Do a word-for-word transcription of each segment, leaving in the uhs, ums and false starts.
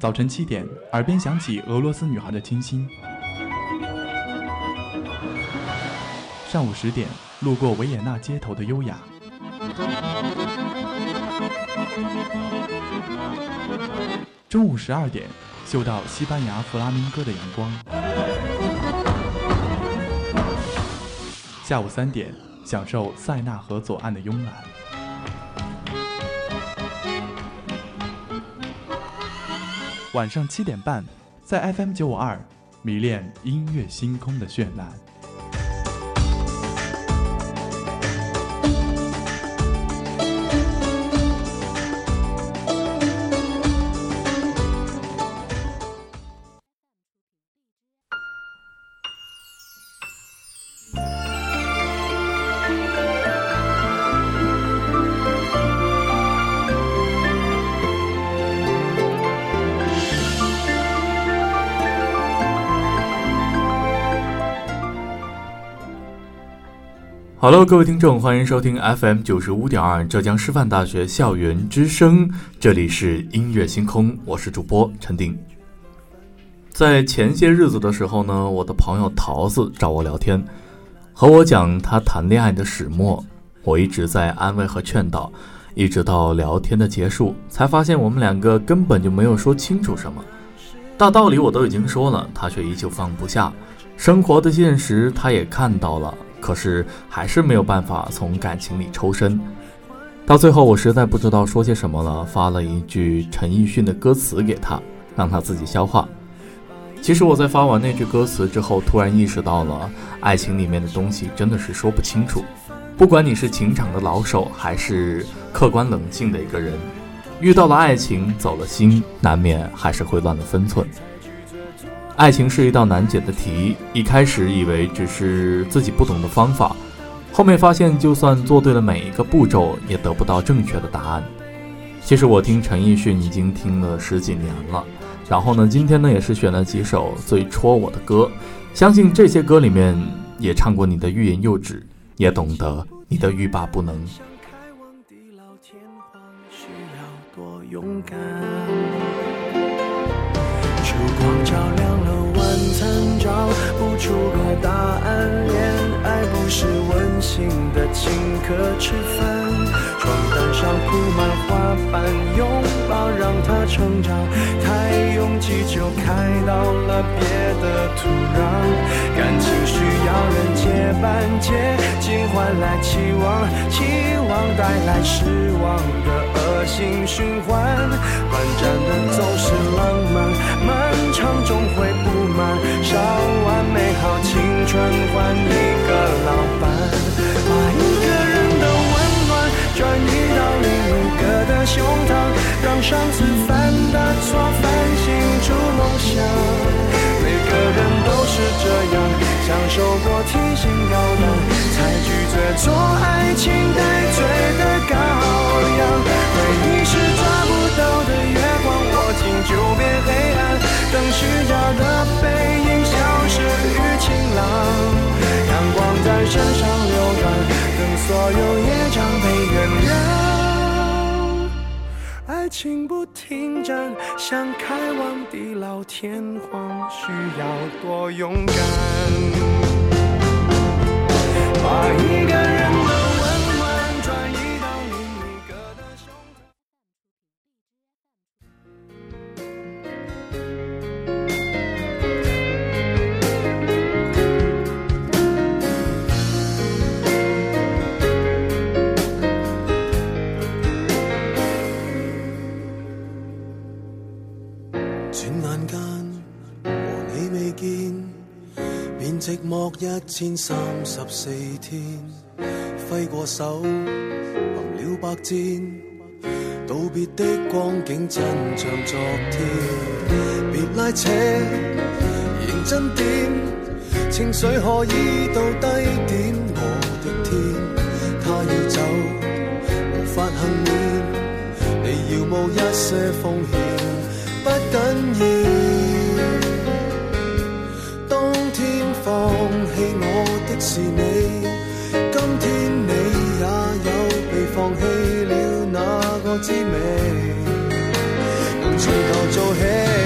早晨七点，耳边响起俄罗斯女孩的清新。上午十点，路过维也纳街头的优雅。中午十二点，嗅到西班牙弗拉明戈的阳光。下午三点，享受塞纳河左岸的慵懒。晚上七点半，在 F M 九五二迷恋音乐星空的绚烂。 Hello， 各位听众，欢迎收听 F M 九十五点二浙江师范大学校园之声，这里是音乐星空，我是主播陈定。在前些日子的时候呢，我的朋友桃子找我聊天，和我讲他谈恋爱的始末。我一直在安慰和劝导，一直到聊天的结束，才发现我们两个根本就没有说清楚什么。大道理我都已经说了，他却依旧放不下。生活的现实他也看到了，可是还是没有办法从感情里抽身。到最后我实在不知道说些什么了，发了一句陈奕迅的歌词给他，让他自己消化。其实我在发完那句歌词之后，突然意识到了爱情里面的东西真的是说不清楚。不管你是情场的老手，还是客观冷静的一个人，遇到了爱情走了心，难免还是会乱了分寸。爱情是一道难解的题，一开始以为只是自己不懂的方法，后面发现就算做对了每一个步骤，也得不到正确的答案。其实我听陈奕迅已经听了十几年了，然后呢，今天呢也是选了几首最戳我的歌，相信这些歌里面也唱过你的欲言又止，也懂得你的欲罢不能。 烛光照亮了晚餐，找不出个答案。恋爱不是温馨的请客吃饭，床单上铺满花瓣，拥抱让它成长。太拥挤就开到了别的土壤，感情需要人接班，接近换来期望，期望带来失望的恶性循环。短暂的总是浪漫，漫长终会不满，烧完美好青春换一个老伴，把一个人的温暖转移到另一个的胸膛，让上次犯的错反省出梦想。每个人都是这样，享受过提心吊胆，才拒绝做爱情带罪的羔羊。回忆是抓不到的月光，握紧就变黑暗，等虚假的背影消失于晴朗。阳光在身上流转，等所有业障被原谅。爱情不停站，想开往地老天荒，需要多勇敢。把一个人的温暖转移到另一个的胸膛。轉眼間和你未見，便寂寞一千三十四天，揮過手臨了百戰，道別的光景真像昨天。別拉扯認真點，情緒何以到低點？我的天，他要走無法幸免，你要冒一些風險不緊要。當天放棄我的是你，今天你也有被放棄了那個滋味，能從頭做起。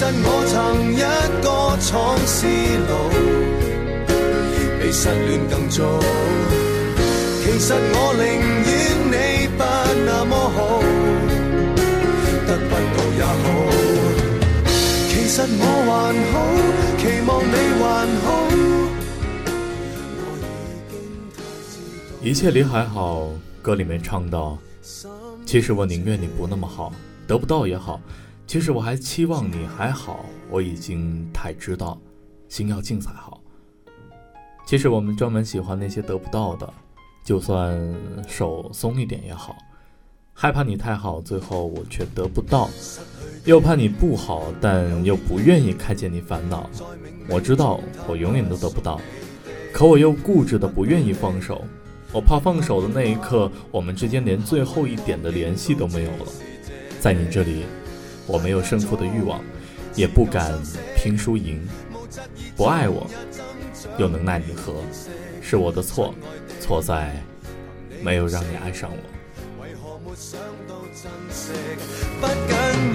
實我曾一個闖絲路，比失戀更糟。其實我寧願你不那麼好，得不到也好。其實我還好，期望你還好。 一切离还好歌里面唱到，其实我宁愿你不那么好，得不到也好，其实我还期望你还好，我已经太知道，心要静才好。其实我们专门喜欢那些得不到的，就算手松一点也好，害怕你太好，最后我却得不到，又怕你不好，但又不愿意看见你烦恼。我知道我永远都得不到，可我又固执的不愿意放手，我怕放手的那一刻，我们之间连最后一点的联系都没有了。在你这里，我没有胜负的欲望，也不敢拼输赢。不爱我，又能奈你何？是我的错，错在没有让你爱上我。為何沒想到珍惜不緊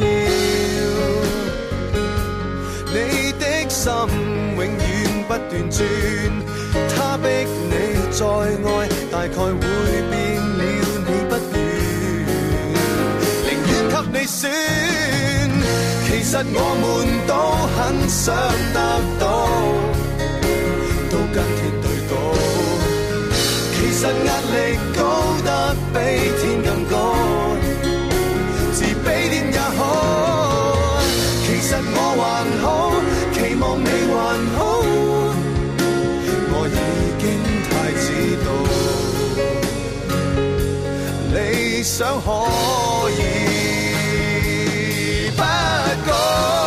要，你的心永遠不斷轉，他逼你再愛，大概會變了你不願，寧願給你選。其實我們都很想得到，都跟天對賭。其實壓力高得比天更高，自卑點也好。其實我還好，期望你還好，我已經太知道，理想可以不高。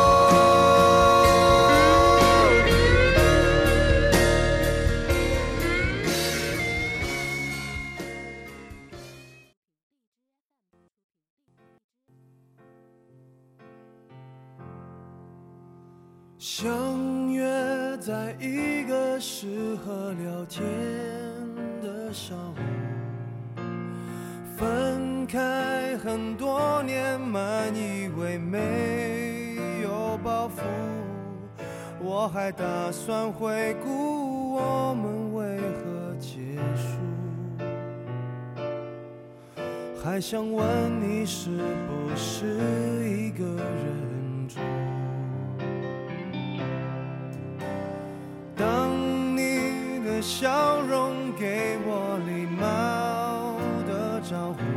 相约在一个适合聊天的上午，分开很多年，满以为没有包袱，我还打算回顾我们为何结束，还想问你是不是一个人住。当你的笑容给我礼貌的招呼，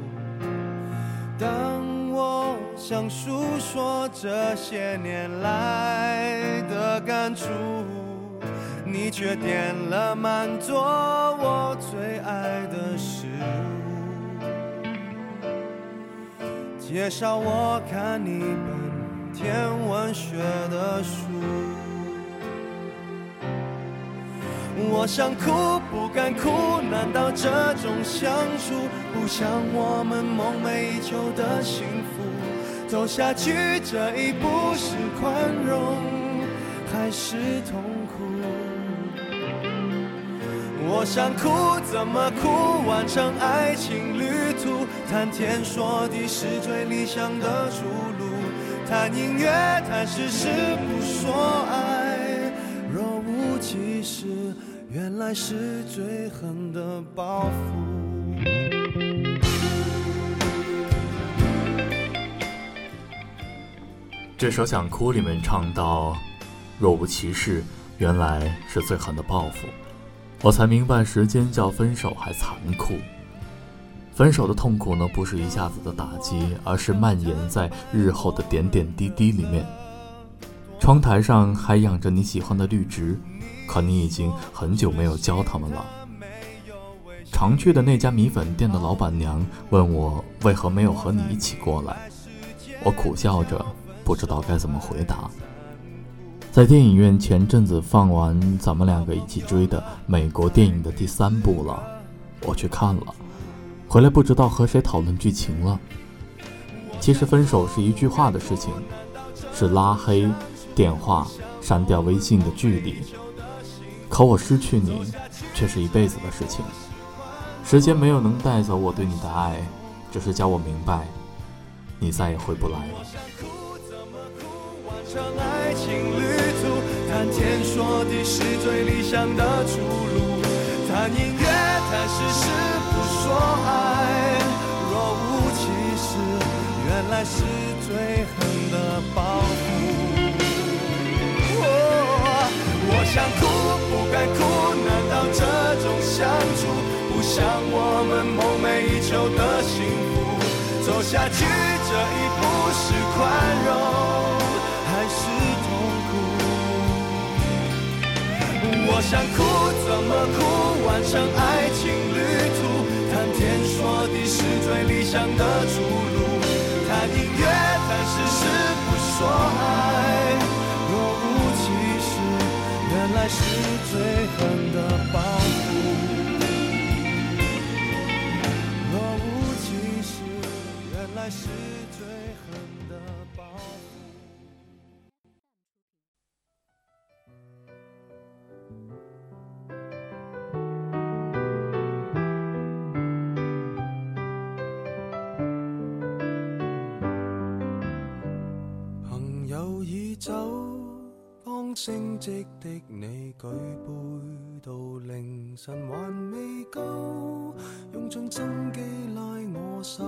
当我想诉说这些年来的感触，你却点了满桌我最爱的食物，介绍我看一本天文学的书。我想哭不敢哭，难道这种相处不像我们梦寐以求的幸福？走下去这一步是宽容还是痛苦？我想哭怎么哭，完成爱情旅途，谈天说地是最理想的出路，谈音乐谈事实不说爱，若无其事原来是最狠的报复。 这首想哭里面唱到，若无其事原来是最狠的报复，我才明白时间叫分手还残酷。分手的痛苦呢，不是一下子的打击，而是蔓延在日后的点点滴滴里面。窗台上还养着你喜欢的绿植，可你已经很久没有浇它们了。常去的那家米粉店的老板娘问我为何没有和你一起过来，我苦笑着不知道该怎么回答。在电影院前阵子放完咱们两个一起追的美国电影的第三部了，我去看了，回来不知道和谁讨论剧情了。其实分手是一句话的事情，是拉黑、电话、删掉微信的距离，可我失去你却是一辈子的事情。时间没有能带走我对你的爱，只是叫我明白你再也回不来了。 场爱情旅途，谈天说地是最理想的出路，谈音乐谈事实不说爱，若无其事原来是最狠的报复。我想哭不该哭，难道这种相处不像我们梦寐以求的幸福？走下去这一步是宽容还是痛苦？我想哭怎么哭，完成爱情旅途，谈天说地是最理想的出路，谈音乐谈事实不说爱，若无其事原来是最狠的报复，若无其事原来是最狠的报复。朋友已走，剛升職的你舉杯到凌晨還未夠，用盡心機拉我手，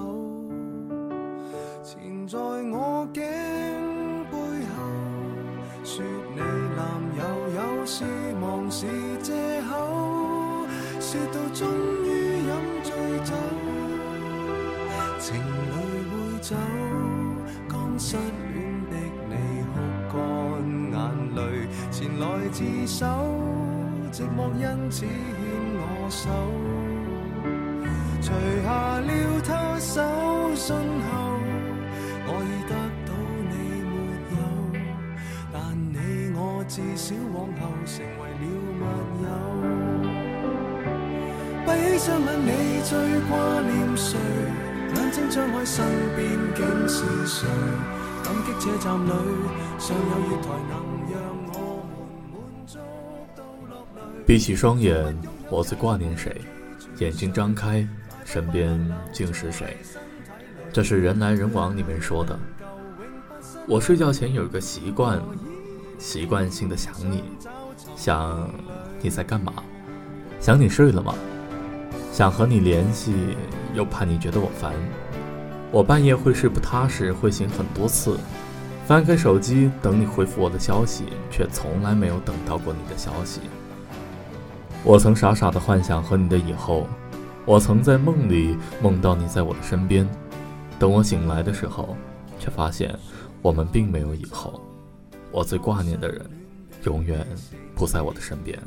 纏在我頸背後，說你男友有事忙是藉口，說到終於飲醉酒，情侶會走，剛失戀的你哭乾眼淚前來自首，寂寞因此牽我手，除下了他手信後，我已得到你沒有，但你我至少往後成為了密友。閉起雙眼你最掛念誰？眼睛張開身邊竟是誰？感激這站裏尚有月台能讓我們滿足到落淚。 閉起雙眼，我最掛念誰？眼睛張開，身邊竟是誰？這是人來人往裡面說的。我睡覺前有一個習慣，習慣性的想你，想你在幹嘛，想你睡了嗎？想和你聯繫，又怕你覺得我煩。我半夜會睡不踏實，會醒很多次，翻開手機等你回復我的消息，卻從來沒有等到過你的消息。我曾傻傻地幻想和你的以後，我曾在夢裡夢到你在我的身邊，等我醒來的時候，卻發現我們並沒有以後。我最掛念的人，永遠不在我的身邊。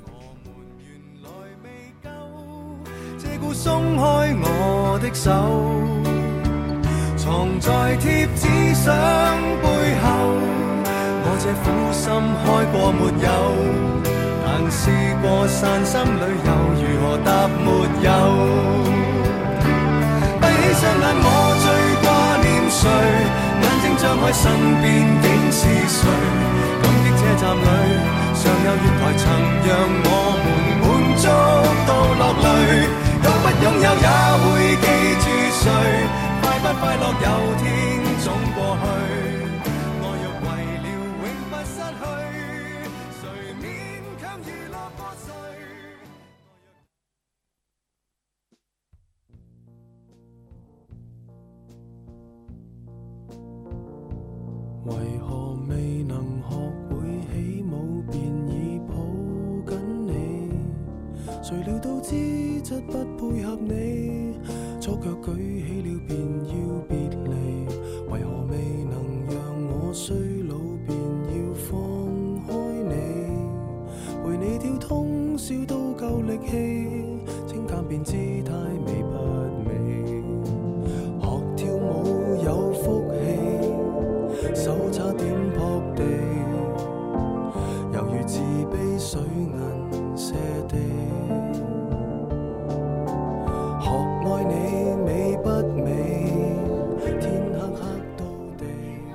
這故鬆開我的手，藏在貼紙相背後，我這苦心開過沒有，但試過散心旅遊，如何答沒有？閉起雙眼我最掛念誰？眼睛張開身邊竟是誰？感激這站裏尚有月台曾讓我們滿足到落淚，擁不擁有也會記住誰？快不快樂有天總過去，我若為了永不失去，誰勉強娛樂過誰？為何未能學會起舞便已抱緊你？誰料到資質不配合你，左腳舉起了便要別離。為何未能讓我衰老便要放開你？陪你跳通宵都夠力氣，清淡便姿態美不美？學跳舞有福氣，手差點撲地，猶如自卑水銀瀉地。學愛你美不美？天黑黑到地。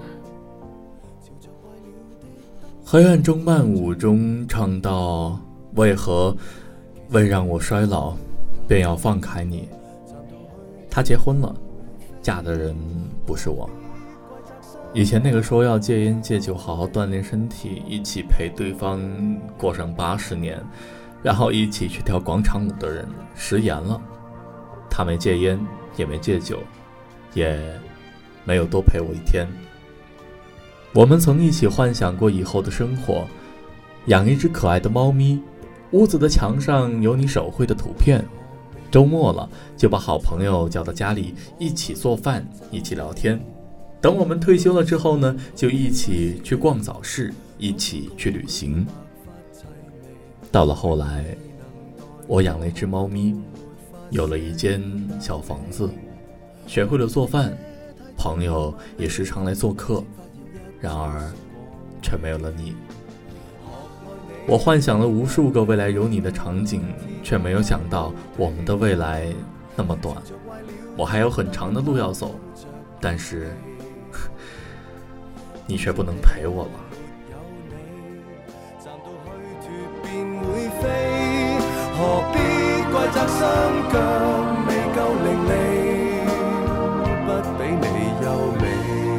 黑暗中漫舞中唱到，為何為讓我衰老便要放開你？他結婚了，嫁的人不是我。 以前那个说要戒烟戒酒好好锻炼身体，一起陪对方过上八十年，然后一起去跳广场舞的人食言了。他没戒烟，也没戒酒，也没有多陪我一天。我们曾一起幻想过以后的生活，养一只可爱的猫咪，屋子的墙上有你手绘的图片，周末了就把好朋友叫到家里一起做饭，一起聊天。等我们退休了之后呢，就一起去逛早市，一起去旅行。到了后来，我养了一只猫咪，有了一间小房子，学会了做饭，朋友也时常来做客，然而却没有了你。我幻想了无数个未来有你的场景，却没有想到我们的未来那么短。我还有很长的路要走，但是你却不能陪我了。 何必怪責心腳未夠伶俐，不比你優美。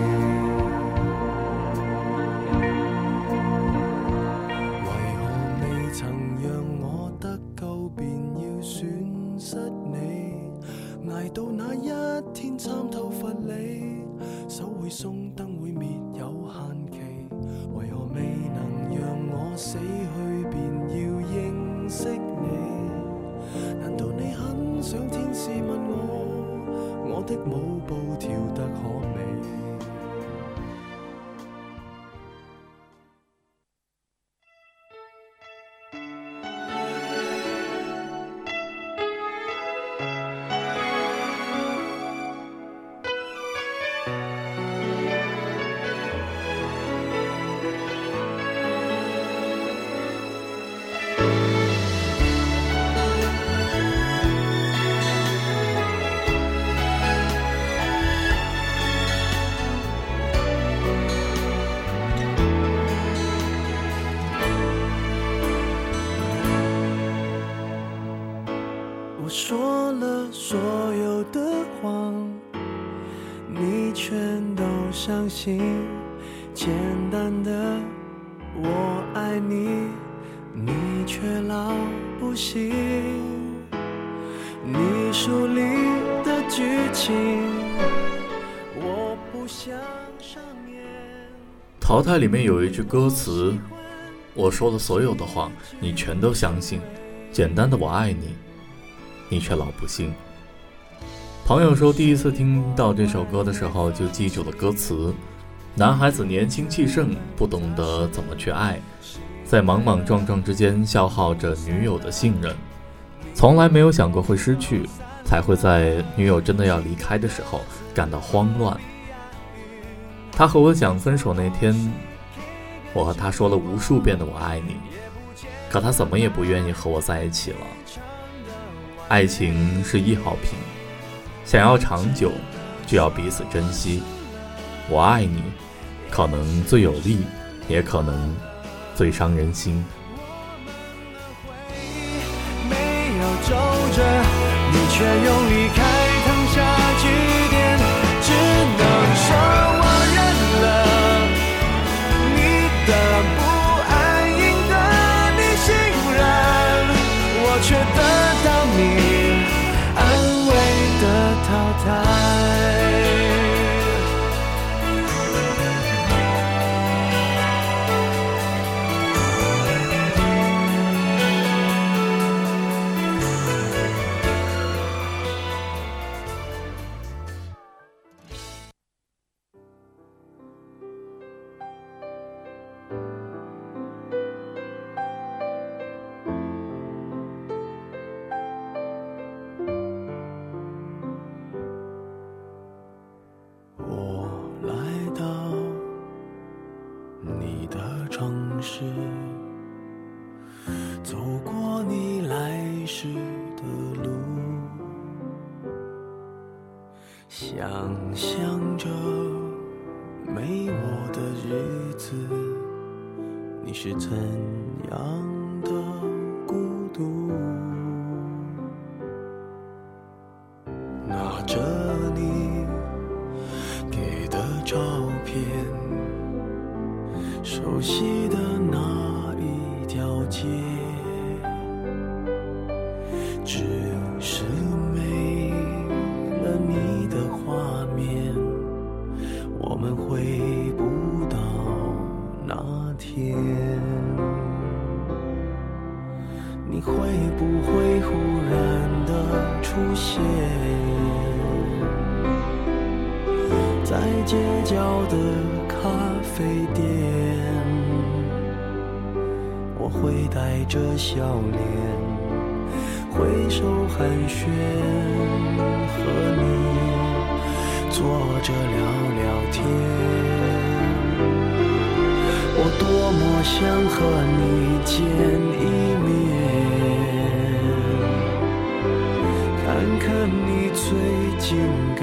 為何未曾讓我得救，便要損失你？捱到那一天參透佛理，手會鬆燈會滅有限期。為何未能讓我死去，便要認識你？難道你很想天使問我，我的舞步跳得可美？我说了所有的谎，你全都相信。简单的我爱你，你却老不信。你书里的剧情，我不想上演。 淘汰里面有一句歌词，我说了所有的谎，你全都相信。简单的我爱你，你却老不信。朋友说第一次听到这首歌的时候就记住了歌词，男孩子年轻气盛，不懂得怎么去爱，在莽莽撞撞之间消耗着女友的信任，从来没有想过会失去，才会在女友真的要离开的时候感到慌乱。他和我讲分手那天，我和他说了无数遍的我爱你，可他怎么也不愿意和我在一起了。爱情是易耗品，想要长久就要彼此珍惜。我爱你可能最有力，也可能最伤人心。 没有皱着，你却用离开烫下句点，只能说我认了你的不安，赢得你信任，我却得到你安慰的淘汰。走过你来时的路，想象着没我的日子，你是怎样的孤独？拿着你给的照片，熟悉的那一条街，只是没了你的画面，我们回不到那天。你会不会忽然的出现在街角的咖啡店？我会带着笑脸挥手寒暄，和你坐着聊聊天。我多么想和你见一面，看看你最近改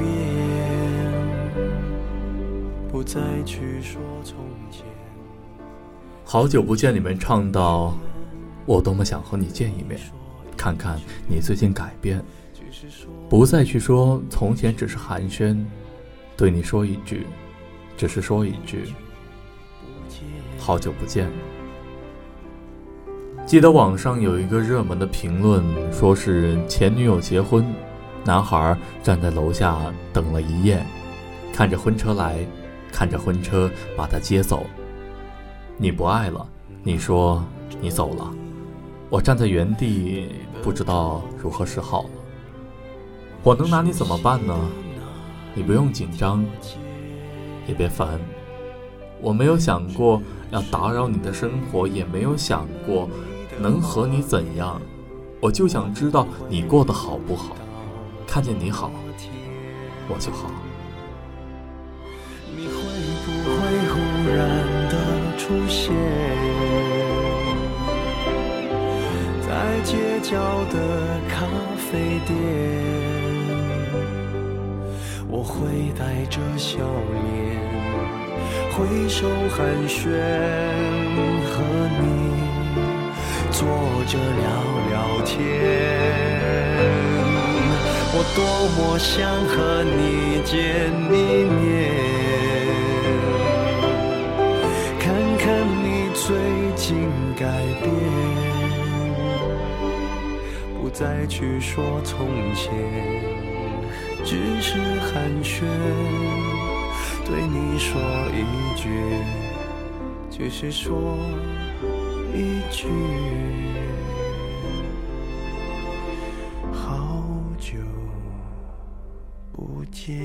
变，不再去说从前。 好久不见里面唱到，我多么想和你见一面，看看你最近改变，不再去说从前只是寒暄，对你说一句，只是说一句好久不见。记得网上有一个热门的评论，说是前女友结婚，男孩站在楼下等了一夜，看着婚车来，看着婚车把他接走。你不爱了，你说你走了，我站在原地不知道如何是好了。我能拿你怎么办呢？你不用紧张，也别烦。我没有想过要打扰你的生活，也没有想过能和你怎样，我就想知道你过得好不好，看见你好我就好。 你会不会忽然的出现在街角的咖啡店？我会带着笑脸挥手寒暄，和你坐着聊聊天。我多么想和你见一面，看看你最近改变，不再去说从前，只是寒暄，对你说一句，只是说一句，好久不见。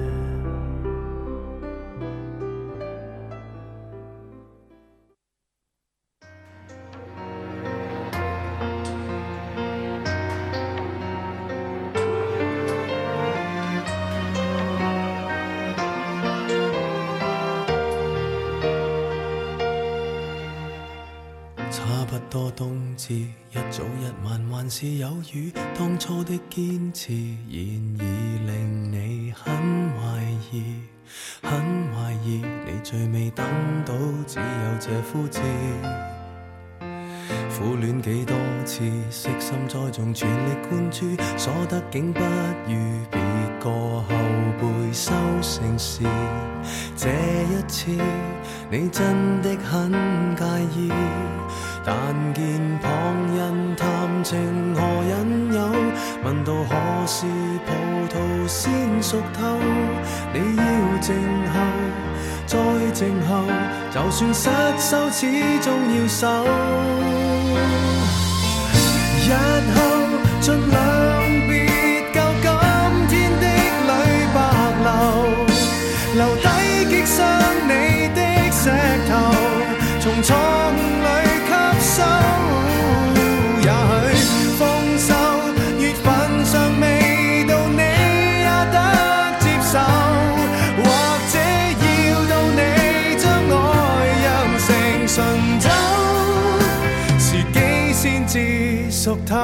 差不多冬至，一早一晚還是有雨，當初的堅持現已令你很懷疑，很懷疑你最未等到只有這枯枝。苦戀幾多次，悉心栽種，全力灌注，所得竟不如別個後輩收成時。這一次你真的很介意，但見旁人談情何引誘，問到何時葡萄先熟透，你要靜候，再靜候，就算失手始終要守。日後盡量別救今天的淚白流，留低擊傷你的石頭，從錯誤裏吸收。也許豐收月份尚未到，你也得接受，或者要到你將愛釀成醇酒，時機先至熟透。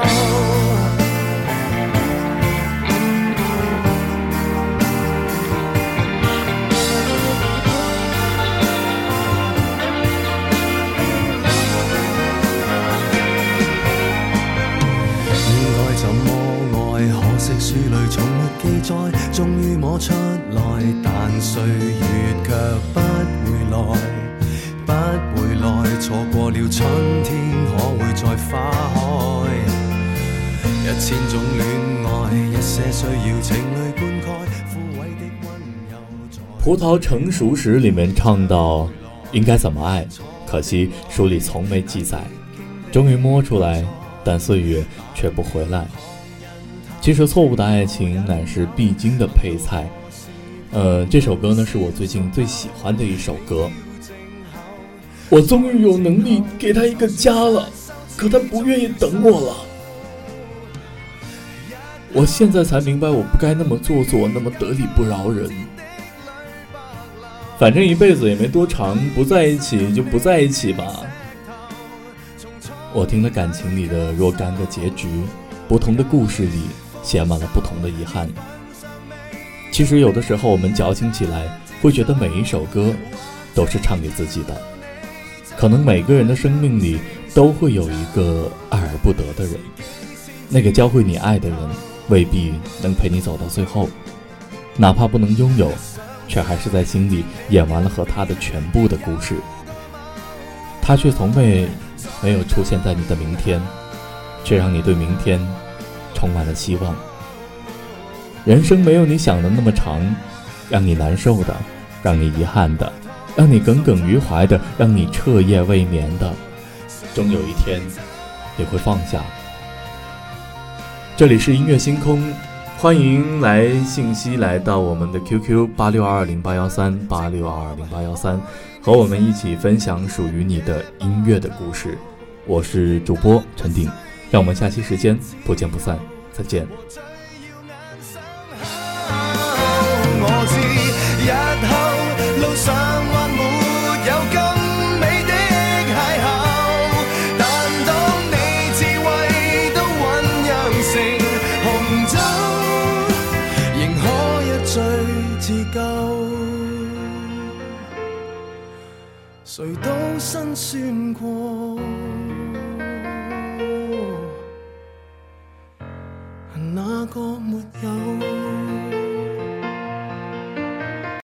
歲月卻不會來，不會來，錯過了春天可會再花開，一千種戀愛，一些需要情侶灌溉，枯萎的溫柔在葡萄成熟時裡面唱到應該怎麼愛，可惜書裡從沒記載，終於摸出來，但歲月卻不回來。其實錯誤的愛情乃是必經的配菜。呃，這首歌呢是我最近最喜歡的一首歌。我終於有能力給他一個家了，可他不願意等我了。我現在才明白我不該那麼做作，那麼得理不饒人。反正一輩子也沒多長，不在一起就不在一起吧。我聽了感情裡的若干個結局，不同的故事裡寫滿了不同的遺憾。其實有的時候我們矯情起來，會覺得每一首歌都是唱給自己的。可能每個人的生命裡都會有一個愛而不得的人，那個教會你愛的人未必能陪你走到最後，哪怕不能擁有，卻還是在心裡演完了和他的全部的故事。他卻從未沒有出現在你的明天，卻讓你對明天充滿了希望。人生沒有你想的那麼長，讓你難受的，讓你遺憾的，讓你耿耿於懷的，讓你徹夜未眠的，終有一天也會放下。這裡是音樂星空，歡迎來信息來到我們的 Q Q 八六二二零八一三 八六二二零八一三，和我們一起分享屬於你的音樂的故事。我是主播陳定，讓我們下期時間不見不散，再見。 我知日後路上還沒有更美的邂逅，但當你智慧都醞釀成紅酒，仍可一醉自救。誰都辛酸過。